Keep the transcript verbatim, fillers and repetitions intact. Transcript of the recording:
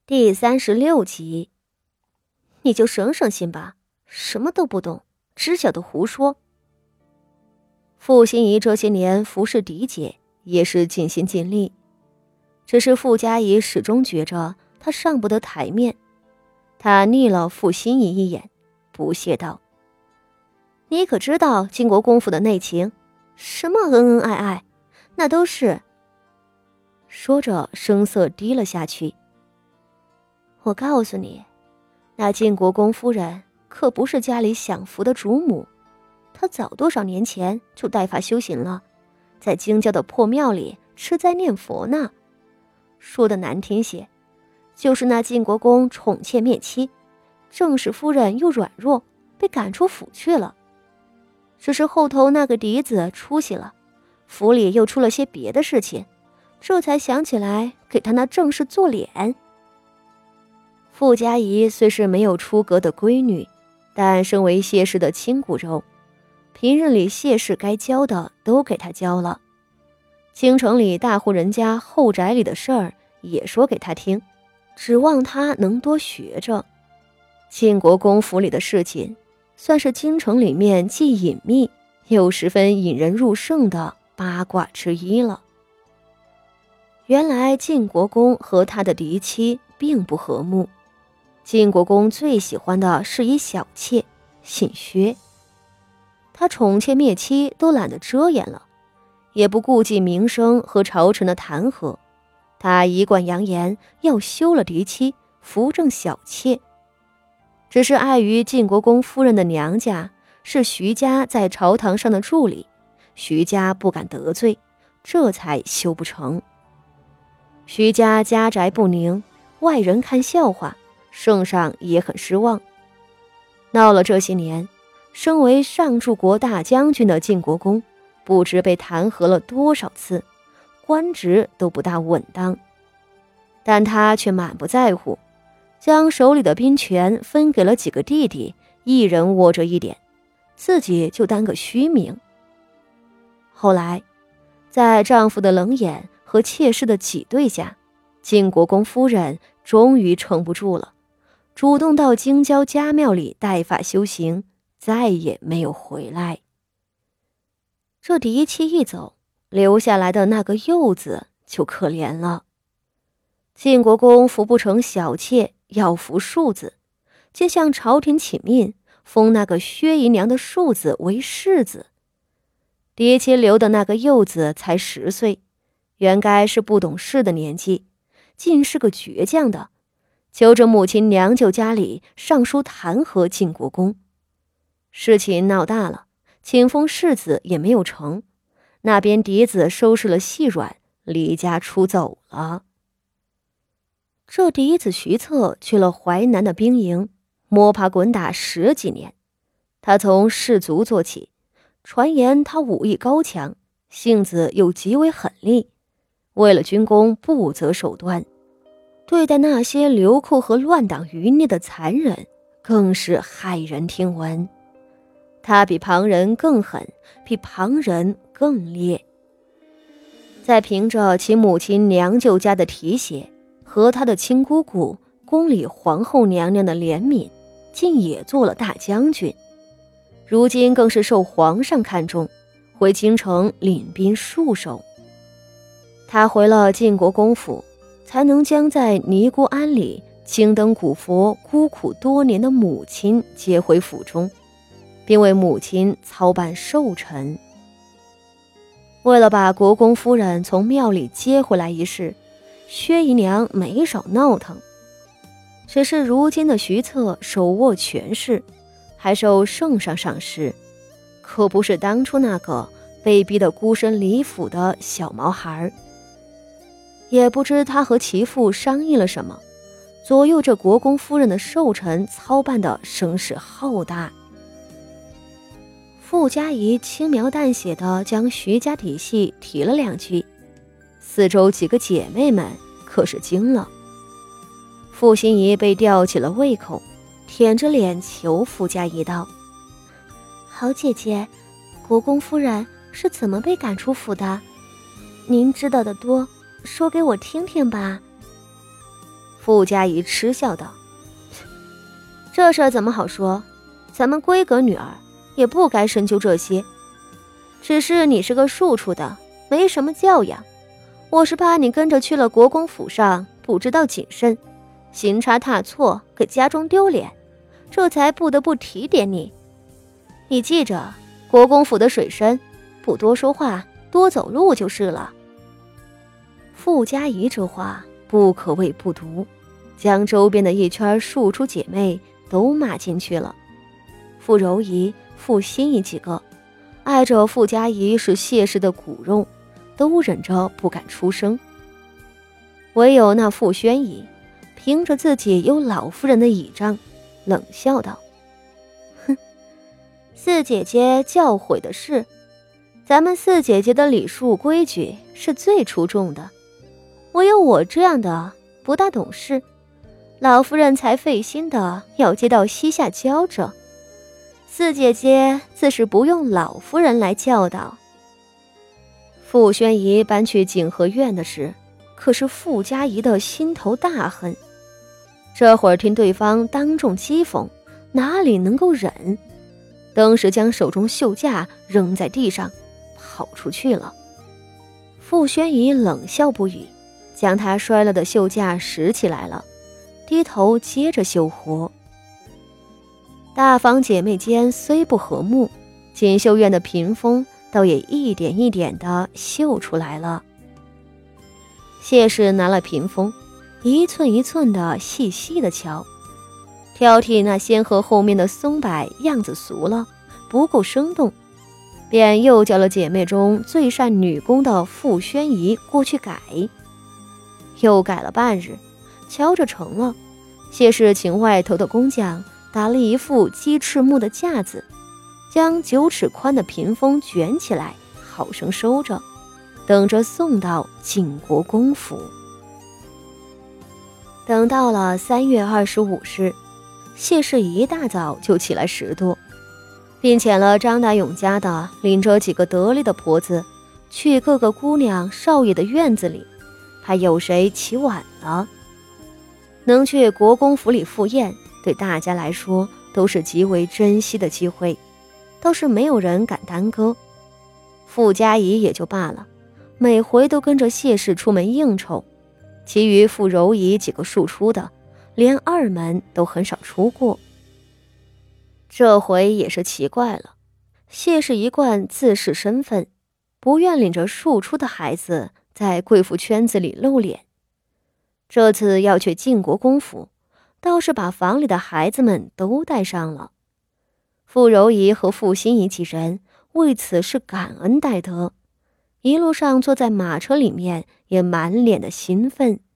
第三十六集。你就省省心吧，什么都不懂，只晓得胡说。傅心怡这些年服侍嫡姐也是尽心尽力，只是傅家仪始终觉着她上不得台面。她睨了傅心怡一眼，不屑道：你可知道晋国公府的内情？什么恩恩爱爱，那都是……说着声色低了下去。我告诉你，那晋国公夫人可不是家里享福的主母，她早多少年前就带发修行了，在京郊的破庙里吃斋念佛呢。说的难听些，就是那晋国公宠妾灭妻，正室夫人又软弱，被赶出府去了。只是后头那个嫡子出息了，府里又出了些别的事情，这才想起来给他那正室做脸。傅家仪虽是没有出阁的闺女，但身为谢氏的亲骨肉，平日里谢氏该教的都给她教了，京城里大户人家后宅里的事儿也说给她听，指望她能多学着。晋国公府里的事情，算是京城里面既隐秘又十分引人入胜的八卦之一了。原来晋国公和他的嫡妻并不和睦，晋国公最喜欢的是一小妾，姓薛。他宠妾灭妻都懒得遮掩了，也不顾忌名声和朝臣的弹劾，他一贯扬言要休了嫡妻，扶正小妾。只是碍于晋国公夫人的娘家是徐家在朝堂上的助理，徐家不敢得罪，这才休不成。徐家家宅不宁，外人看笑话，圣上也很失望。闹了这些年，身为上柱国大将军的晋国公，不知被弹劾了多少次，官职都不大稳当。但他却满不在乎，将手里的兵权分给了几个弟弟，一人握着一点，自己就当个虚名。后来，在丈夫的冷眼和妾室的挤兑下，晋国公夫人终于撑不住了，主动到京郊家庙里带发修行，再也没有回来。这嫡妻一走，留下来的那个幼子就可怜了。晋国公扶不成小妾，要扶庶子，就向朝廷请命，封那个薛姨娘的庶子为世子。嫡妻留的那个幼子才十岁，原该是不懂事的年纪，竟是个倔强的，求着母亲娘舅家里上书弹劾晋国公。事情闹大了，请封世子也没有成，那边嫡子收拾了细软，离家出走了。这嫡子徐策去了淮南的兵营，摸爬滚打十几年。他从士卒做起，传言他武艺高强，性子又极为狠戾，为了军功不择手段，对待那些流寇和乱党余孽的残忍更是骇人听闻。他比旁人更狠，比旁人更烈。再凭着其母亲娘舅家的提携和他的亲姑姑宫里皇后娘娘的怜悯，竟也做了大将军。如今更是受皇上看重，回京城领兵戍守。他回了晋国公府，才能将在尼姑庵里青灯古佛孤苦多年的母亲接回府中，并为母亲操办寿辰。为了把国公夫人从庙里接回来一事，薛姨娘没少闹腾。只是如今的徐策手握权势，还受圣上赏识，可不是当初那个被逼得孤身离府的小毛孩。也不知他和其父商议了什么，左右着国公夫人的寿辰操办的声势浩大。傅家仪轻描淡写地将徐家底细提了两句，四周几个姐妹们可是惊了。傅心怡被吊起了胃口，舔着脸求傅家仪道：好姐姐，国公夫人是怎么被赶出府的？您知道的多，说给我听听吧。 傅家仪嗤笑道：“这事儿怎么好说？咱们闺阁女儿也不该深究这些。只是你是个庶出的，没什么教养。我是怕你跟着去了国公府上，不知道谨慎，行差踏错，给家中丢脸，这才不得不提点你。你记着，国公府的水深，不多说话，多走路就是了。”傅家仪这话不可谓不毒，将周边的一圈庶出姐妹都骂进去了。傅柔仪、傅心怡几个碍着傅家仪是谢氏的骨肉，都忍着不敢出声。唯有那傅宣仪凭着自己有老夫人的倚仗，冷笑道：“哼，四姐姐教诲的是，咱们四姐姐的礼数规矩是最出众的，唯有我这样的不大懂事，老夫人才费心的要接到膝下教着。四姐姐自是不用老夫人来教导。”傅宣仪搬去景和院的事，可是傅家仪的心头大恨。这会儿听对方当众讥讽，哪里能够忍？当时将手中绣架扔在地上，跑出去了。傅宣仪冷笑不语，将他摔了的绣架拾起来了，低头接着绣活。大房姐妹间虽不和睦，锦绣院的屏风倒也一点一点地绣出来了。谢氏拿了屏风，一寸一寸的细细的瞧，挑剔那仙盒后面的松柏样子俗了，不够生动，便又叫了姐妹中最善女工的傅宣仪过去改。又改了半日，瞧着成了。谢氏请外头的工匠打了一副鸡翅木的架子，将九尺宽的屏风卷起来，好生收着，等着送到晋国公府。等到了三月二十五日，谢氏一大早就起来拾掇，并遣了张大勇家的领着几个得力的婆子去各个姑娘少爷的院子里，怕有谁起晚了。能去国公府里赴宴，对大家来说都是极为珍惜的机会，倒是没有人敢耽搁。傅家仪也就罢了，每回都跟着谢氏出门应酬，其余傅柔仪几个庶出的，连二门都很少出过。这回也是奇怪了，谢氏一贯自恃身份，不愿领着庶出的孩子在贵妇圈子里露脸，这次要去晋国公府，倒是把房里的孩子们都带上了。傅柔仪和傅心怡几人为此是感恩戴德，一路上坐在马车里面也满脸的兴奋。